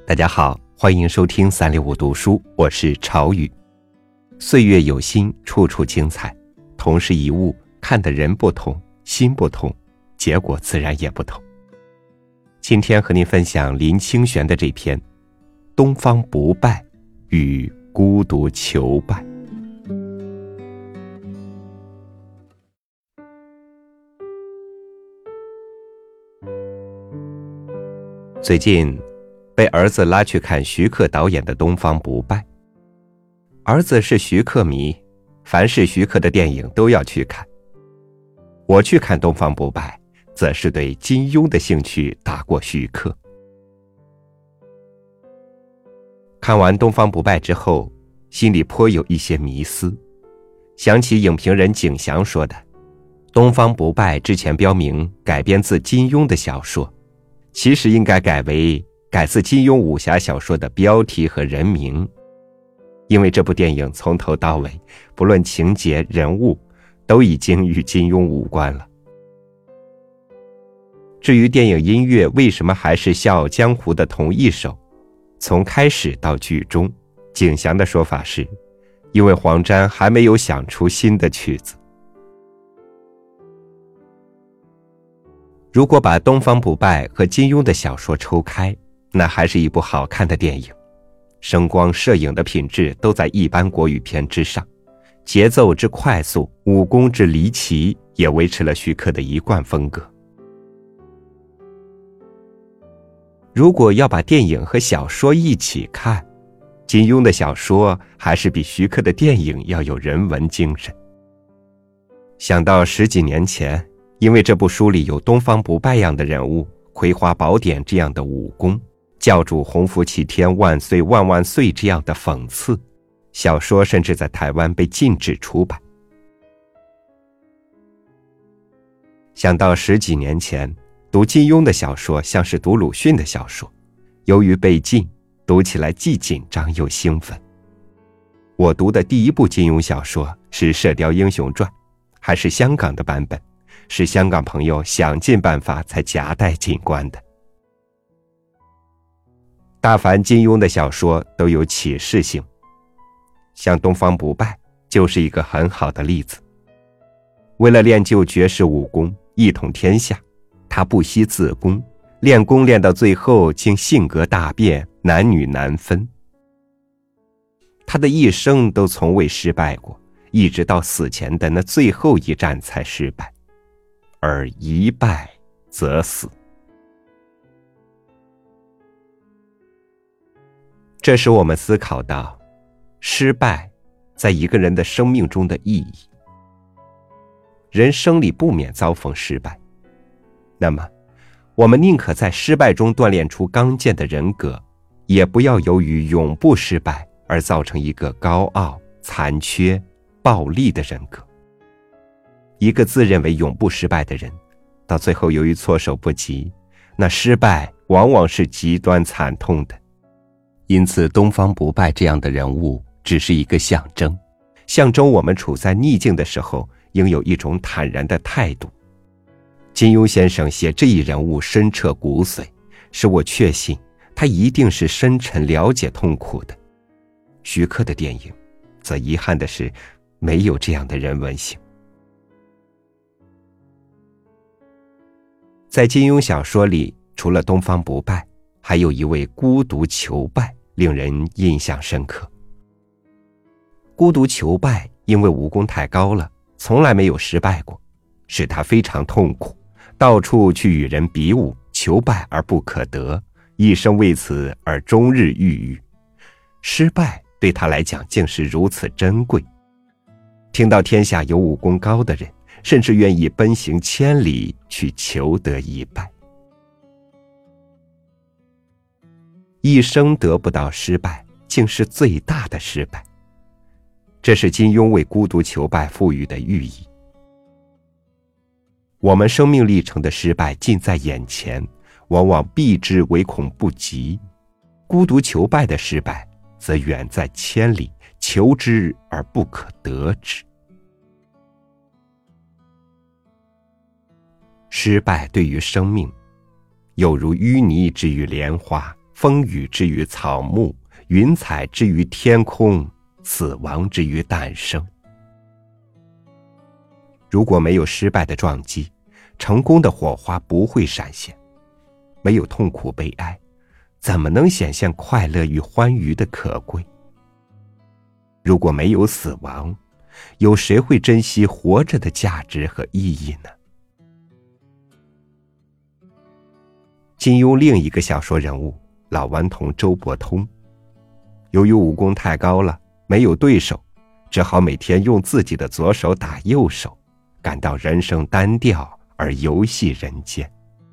大家好，欢迎收听365读书，我是朝宇。岁月有心，处处精彩。同是一物，看的人不同，心不同，结果自然也不同。今天和您分享林清玄的这篇《东方不败与孤独求败》。最近被儿子拉去看徐克导演的《东方不败》。儿子是徐克迷，凡是徐克的电影都要去看。我去看《东方不败》，则是对金庸的兴趣大过徐克。看完《东方不败》之后，心里颇有一些迷思，想起影评人景祥说的，《东方不败》之前标明改编自金庸的小说，其实应该改为改自金庸武侠小说的标题和人名，因为这部电影从头到尾，不论情节人物，都已经与金庸无关了。至于电影音乐为什么还是《笑傲江湖》的同一首，从开始到剧终，景祥的说法是，因为黄沾还没有想出新的曲子。如果把《东方不败》和金庸的小说抽开，那还是一部好看的电影，声光摄影的品质都在一般国语片之上，节奏之快速，武功之离奇，也维持了徐克的一贯风格。如果要把电影和小说一起看，金庸的小说还是比徐克的电影要有人文精神。想到10几年前，因为这部书里有东方不败样的人物，葵花宝典这样的武功，教主洪福齐天万岁万万岁这样的讽刺，小说甚至在台湾被禁止出版。想到10几年前读金庸的小说像是读鲁迅的小说，由于被禁，读起来既紧张又兴奋。我读的第一部金庸小说是《射雕英雄传》，还是香港的版本，是香港朋友想尽办法才夹带进关的。大凡金庸的小说都有启示性，像《东方不败》就是一个很好的例子。为了练就绝世武功，一统天下，他不惜自宫，练功练到最后竟性格大变，男女难分。他的一生都从未失败过，一直到死前的那最后一战才失败，而一败则死。这使我们思考到失败在一个人的生命中的意义。人生里不免遭逢失败，那么我们宁可在失败中锻炼出刚健的人格，也不要由于永不失败而造成一个高傲、残缺、暴力的人格。一个自认为永不失败的人，到最后由于措手不及，那失败往往是极端惨痛的。因此东方不败这样的人物只是一个象征，象征我们处在逆境的时候应有一种坦然的态度。金庸先生写这一人物深彻骨髓，使我确信他一定是深沉了解痛苦的。徐克的电影则遗憾的是没有这样的人文性。在金庸小说里，除了东方不败，还有一位孤独求败，令人印象深刻。孤独求败因为武功太高了，从来没有失败过，使他非常痛苦，到处去与人比武，求败而不可得，一生为此而终日郁郁。失败对他来讲竟是如此珍贵。听到天下有武功高的人，甚至愿意奔行千里去求得一败。一生得不到失败，竟是最大的失败。这是金庸为孤独求败赋予的寓意。我们生命历程的失败近在眼前，往往避之唯恐不及；孤独求败的失败则远在千里，求之而不可得之。失败对于生命，有如淤泥之于莲花， 风雨之于草木，云彩之于天空，死亡之于诞生。如果没有失败的撞击，成功的火花不会闪现；没有痛苦悲哀，怎么能显现快乐与欢愉的可贵？如果没有死亡，有谁会珍惜活着的价值和意义呢？金庸另一个小说人物老顽童周伯通，由于武功太高了，没有对手，只好每天用自己的左手打右手，感到人生单调而游戏人间。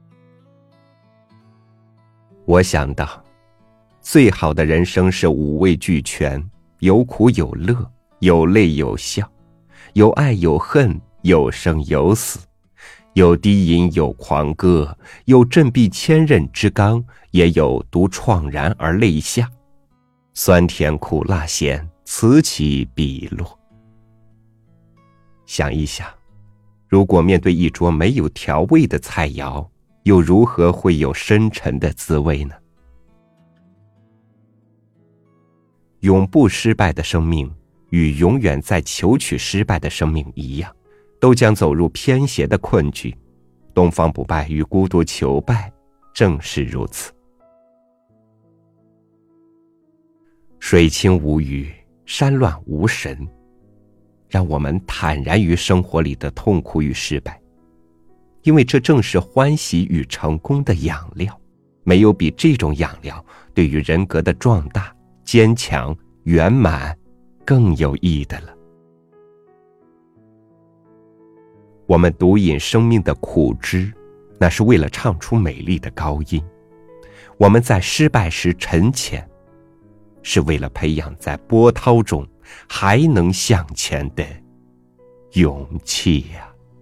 我想到，最好的人生是五味俱全，有苦有乐，有泪有笑，有爱有恨，有生有死，有低吟有狂歌，有振臂千仞之刚，也有独怆然而泪下，酸甜苦辣咸，此起彼落。想一想，如果面对一桌没有调味的菜肴，又如何会有深沉的滋味呢？永不失败的生命与永远在求取失败的生命一样，都将走入偏邪的困局。东方不败与孤独求败正是如此。水清无鱼，山乱无神，让我们坦然于生活里的痛苦与失败，因为这正是欢喜与成功的养料。没有比这种养料对于人格的壮大、坚强、圆满更有益的了。我们独饮生命的苦汁，那是为了唱出美丽的高音；我们在失败时沉潜，是为了培养在波涛中还能向前的勇气呀。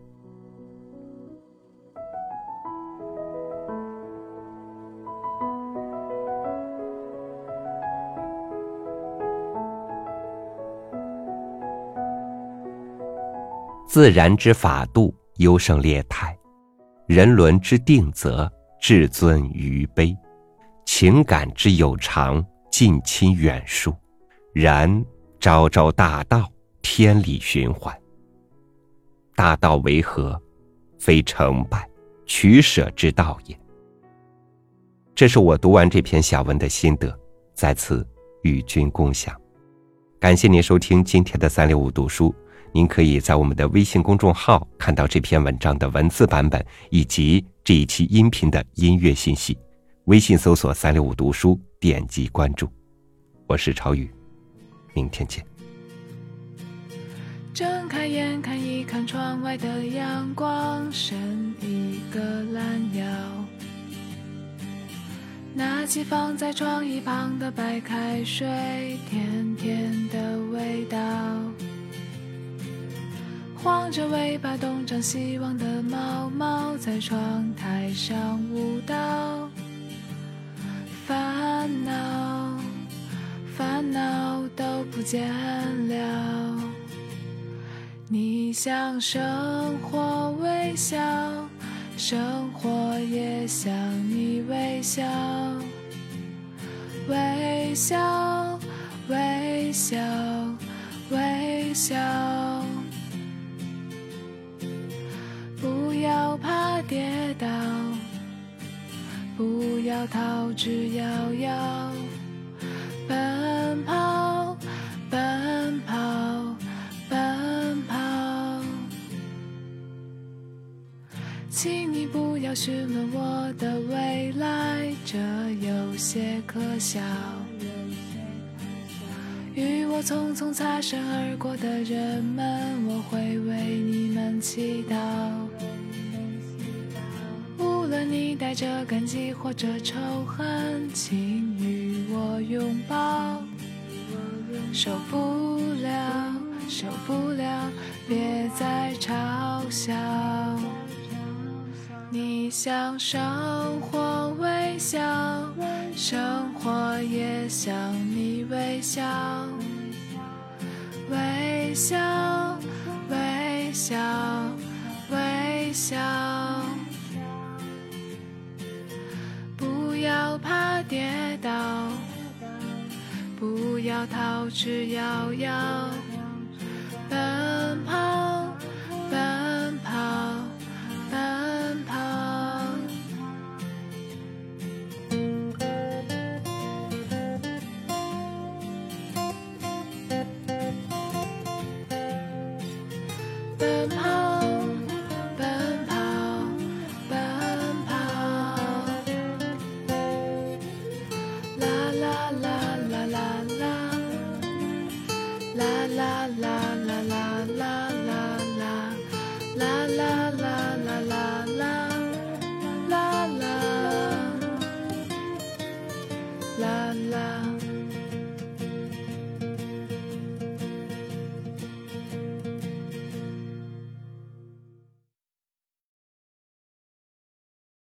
自然之法度，优胜劣汰；人伦之定则，至尊于卑；情感之有常，近亲远疏。然昭昭大道，天理循环。大道为何？非成败取舍之道也。这是我读完这篇小文的心得，在此与君共享。感谢您收听今天的365读书。您可以在我们的微信公众号看到这篇文章的文字版本，以及这一期音频的音乐信息。微信搜索365读书，点击关注。我是超宇，明天见。 睁开眼看一看窗外的阳光，伸一个懒腰，拿起放在床一旁的白开水，甜甜的味道，晃着尾巴东张西望的猫猫在窗台上舞蹈，烦恼都不见了。你向生活微笑，生活也向你微笑，微笑微笑微笑。不要怕跌倒，不要逃之夭夭，奔跑奔跑奔跑。请你不要询问我的未来，这有些可笑。与我匆匆擦身而过的人们，我会为你们祈祷。无论你带着感激或者仇恨，请与我拥抱。受不了受不了，别再嘲笑。你向生活微笑，生活也向你微笑，微笑微笑微笑。不要怕怕跌倒，不要逃，只要奔跑。